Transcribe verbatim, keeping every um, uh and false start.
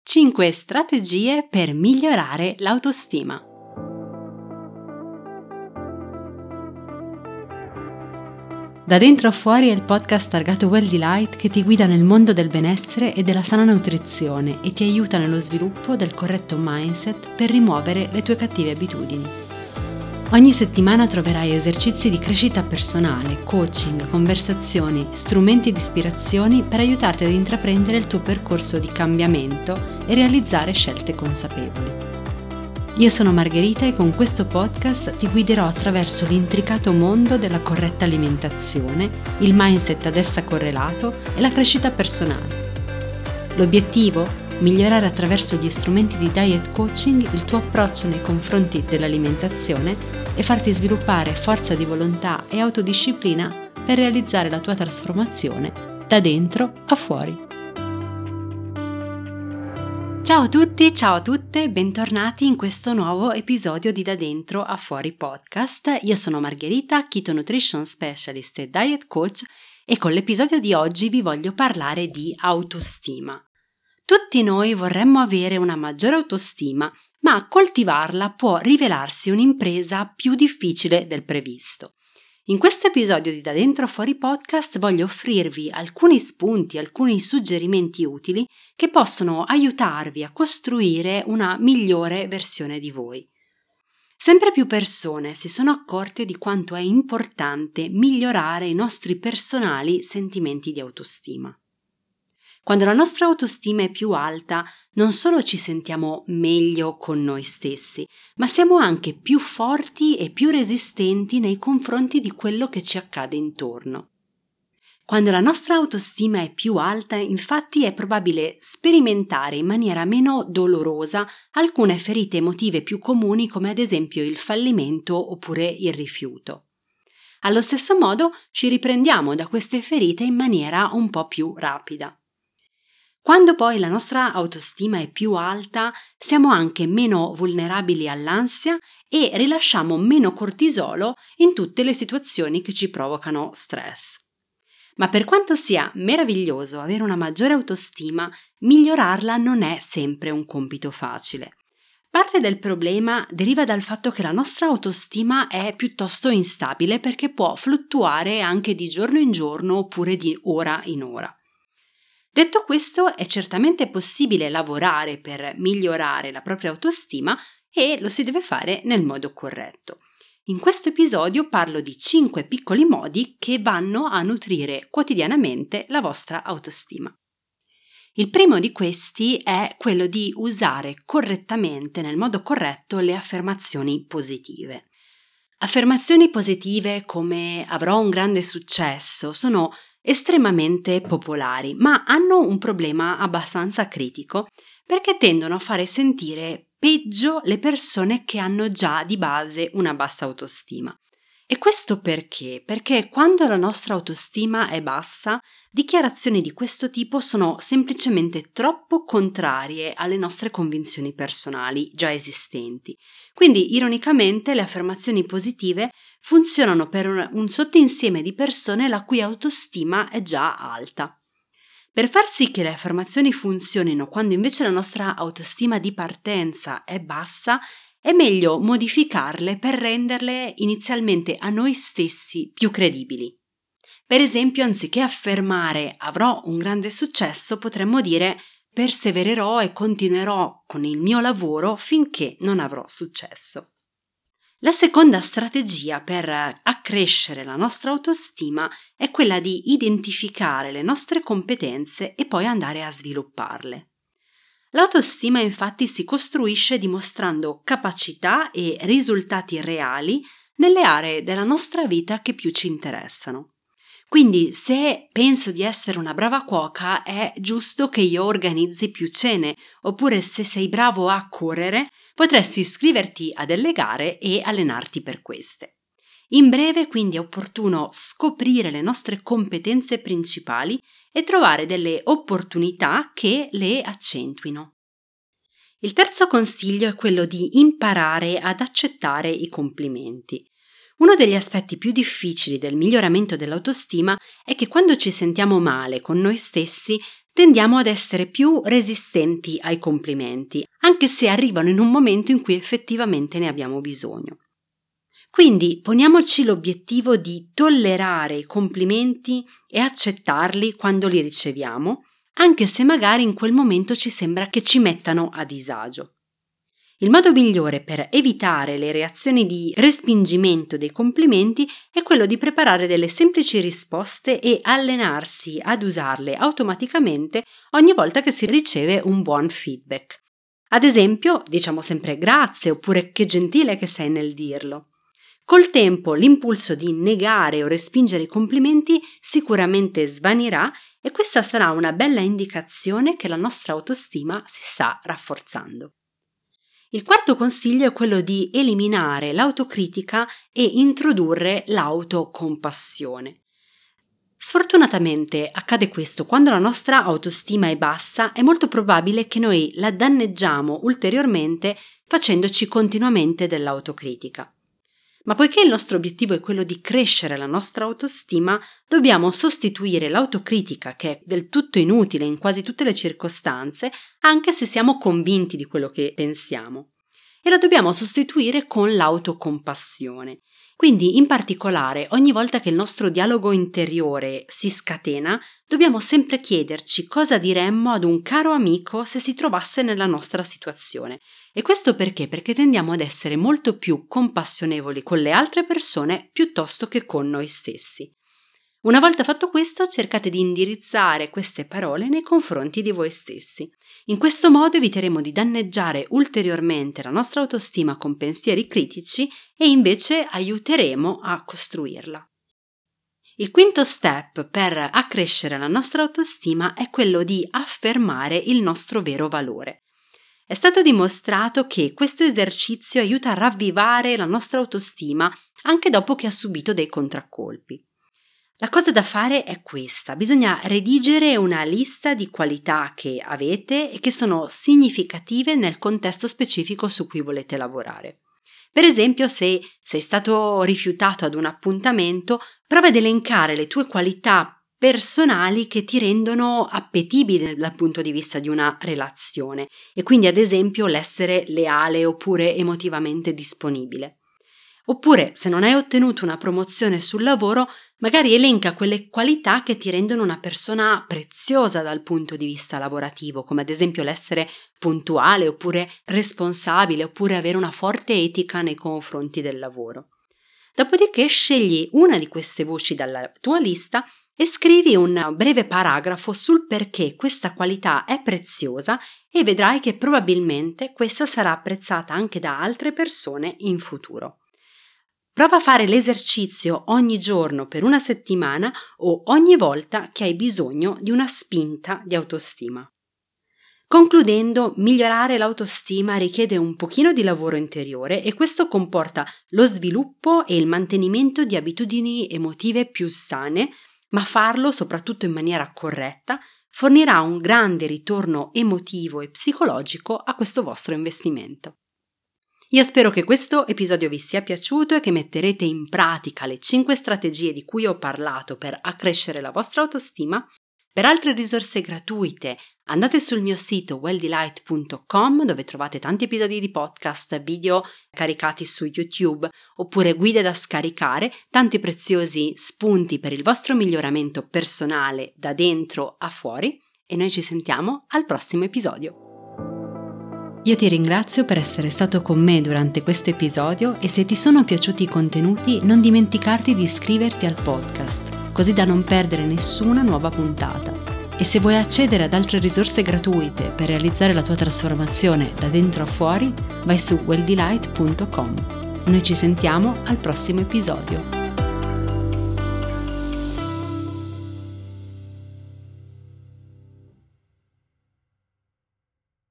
cinque strategie per migliorare l'autostima. Da dentro a fuori è il podcast targato Well Delight che ti guida nel mondo del benessere e della sana nutrizione e ti aiuta nello sviluppo del corretto mindset per rimuovere le tue cattive abitudini. Ogni settimana troverai esercizi di crescita personale, coaching, conversazioni, strumenti di ispirazione per aiutarti ad intraprendere il tuo percorso di cambiamento e realizzare scelte consapevoli. Io sono Margherita e con questo podcast ti guiderò attraverso l'intricato mondo della corretta alimentazione, il mindset ad essa correlato e la crescita personale. L'obiettivo? Migliorare attraverso gli strumenti di diet coaching il tuo approccio nei confronti dell'alimentazione e farti sviluppare forza di volontà e autodisciplina per realizzare la tua trasformazione da dentro a fuori. Ciao a tutti, ciao a tutte, bentornati in questo nuovo episodio di Da Dentro a Fuori podcast. Io sono Margherita, Keto Nutrition Specialist e Diet Coach e con l'episodio di oggi vi voglio parlare di autostima. Tutti noi vorremmo avere una maggiore autostima, ma coltivarla può rivelarsi un'impresa più difficile del previsto. In questo episodio di Da Dentro a Fuori podcast voglio offrirvi alcuni spunti, alcuni suggerimenti utili che possono aiutarvi a costruire una migliore versione di voi. Sempre più persone si sono accorte di quanto è importante migliorare i nostri personali sentimenti di autostima. Quando la nostra autostima è più alta, non solo ci sentiamo meglio con noi stessi, ma siamo anche più forti e più resistenti nei confronti di quello che ci accade intorno. Quando la nostra autostima è più alta, infatti, è probabile sperimentare in maniera meno dolorosa alcune ferite emotive più comuni, come ad esempio il fallimento oppure il rifiuto. Allo stesso modo, ci riprendiamo da queste ferite in maniera un po' più rapida. Quando poi la nostra autostima è più alta, siamo anche meno vulnerabili all'ansia e rilasciamo meno cortisolo in tutte le situazioni che ci provocano stress. Ma per quanto sia meraviglioso avere una maggiore autostima, migliorarla non è sempre un compito facile. Parte del problema deriva dal fatto che la nostra autostima è piuttosto instabile perché può fluttuare anche di giorno in giorno oppure di ora in ora. Detto questo, è certamente possibile lavorare per migliorare la propria autostima e lo si deve fare nel modo corretto. In questo episodio parlo di cinque piccoli modi che vanno a nutrire quotidianamente la vostra autostima. Il primo di questi è quello di usare correttamente, nel modo corretto, le affermazioni positive. Affermazioni positive come avrò un grande successo sono estremamente popolari, ma hanno un problema abbastanza critico perché tendono a fare sentire peggio le persone che hanno già di base una bassa autostima. E questo perché? Perché quando la nostra autostima è bassa, dichiarazioni di questo tipo sono semplicemente troppo contrarie alle nostre convinzioni personali già esistenti. Quindi, ironicamente, le affermazioni positive funzionano per un, un sottoinsieme di persone la cui autostima è già alta. Per far sì che le affermazioni funzionino quando invece la nostra autostima di partenza è bassa, è meglio modificarle per renderle inizialmente a noi stessi più credibili. Per esempio, anziché affermare avrò un grande successo, potremmo dire persevererò e continuerò con il mio lavoro finché non avrò successo. La seconda strategia per accrescere la nostra autostima è quella di identificare le nostre competenze e poi andare a svilupparle. L'autostima infatti si costruisce dimostrando capacità e risultati reali nelle aree della nostra vita che più ci interessano. Quindi, se penso di essere una brava cuoca, è giusto che io organizzi più cene, oppure se sei bravo a correre, potresti iscriverti a delle gare e allenarti per queste. In breve, quindi, è opportuno scoprire le nostre competenze principali e trovare delle opportunità che le accentuino. Il terzo consiglio è quello di imparare ad accettare i complimenti. Uno degli aspetti più difficili del miglioramento dell'autostima è che quando ci sentiamo male con noi stessi tendiamo ad essere più resistenti ai complimenti, anche se arrivano in un momento in cui effettivamente ne abbiamo bisogno. Quindi poniamoci l'obiettivo di tollerare i complimenti e accettarli quando li riceviamo, anche se magari in quel momento ci sembra che ci mettano a disagio. Il modo migliore per evitare le reazioni di respingimento dei complimenti è quello di preparare delle semplici risposte e allenarsi ad usarle automaticamente ogni volta che si riceve un buon feedback. Ad esempio, diciamo sempre grazie oppure che gentile che sei nel dirlo. Col tempo l'impulso di negare o respingere i complimenti sicuramente svanirà e questa sarà una bella indicazione che la nostra autostima si sta rafforzando. Il quarto consiglio è quello di eliminare l'autocritica e introdurre l'autocompassione. Sfortunatamente accade questo: quando la nostra autostima è bassa è molto probabile che noi la danneggiamo ulteriormente facendoci continuamente dell'autocritica. Ma poiché il nostro obiettivo è quello di crescere la nostra autostima, dobbiamo sostituire l'autocritica, che è del tutto inutile in quasi tutte le circostanze, anche se siamo convinti di quello che pensiamo. E la dobbiamo sostituire con l'autocompassione. Quindi, in particolare, ogni volta che il nostro dialogo interiore si scatena, dobbiamo sempre chiederci cosa diremmo ad un caro amico se si trovasse nella nostra situazione. E questo perché? Perché tendiamo ad essere molto più compassionevoli con le altre persone piuttosto che con noi stessi. Una volta fatto questo, cercate di indirizzare queste parole nei confronti di voi stessi. In questo modo eviteremo di danneggiare ulteriormente la nostra autostima con pensieri critici e invece aiuteremo a costruirla. Il quinto step per accrescere la nostra autostima è quello di affermare il nostro vero valore. È stato dimostrato che questo esercizio aiuta a ravvivare la nostra autostima anche dopo che ha subito dei contraccolpi. La cosa da fare è questa: bisogna redigere una lista di qualità che avete e che sono significative nel contesto specifico su cui volete lavorare. Per esempio, se sei stato rifiutato ad un appuntamento, prova ad elencare le tue qualità personali che ti rendono appetibili dal punto di vista di una relazione e quindi ad esempio l'essere leale oppure emotivamente disponibile. Oppure, se non hai ottenuto una promozione sul lavoro, magari elenca quelle qualità che ti rendono una persona preziosa dal punto di vista lavorativo, come ad esempio l'essere puntuale oppure responsabile oppure avere una forte etica nei confronti del lavoro. Dopodiché scegli una di queste voci dalla tua lista e scrivi un breve paragrafo sul perché questa qualità è preziosa e vedrai che probabilmente questa sarà apprezzata anche da altre persone in futuro. Prova a fare l'esercizio ogni giorno per una settimana o ogni volta che hai bisogno di una spinta di autostima. Concludendo, migliorare l'autostima richiede un pochino di lavoro interiore e questo comporta lo sviluppo e il mantenimento di abitudini emotive più sane, ma farlo soprattutto in maniera corretta fornirà un grande ritorno emotivo e psicologico a questo vostro investimento. Io spero che questo episodio vi sia piaciuto e che metterete in pratica le cinque strategie di cui ho parlato per accrescere la vostra autostima. Per altre risorse gratuite andate sul mio sito well delight punto com dove trovate tanti episodi di podcast, video caricati su YouTube oppure guide da scaricare, tanti preziosi spunti per il vostro miglioramento personale da dentro a fuori e noi ci sentiamo al prossimo episodio. Io ti ringrazio per essere stato con me durante questo episodio e se ti sono piaciuti i contenuti non dimenticarti di iscriverti al podcast, così da non perdere nessuna nuova puntata. E se vuoi accedere ad altre risorse gratuite per realizzare la tua trasformazione da dentro a fuori, vai su well delight punto com. Noi ci sentiamo al prossimo episodio.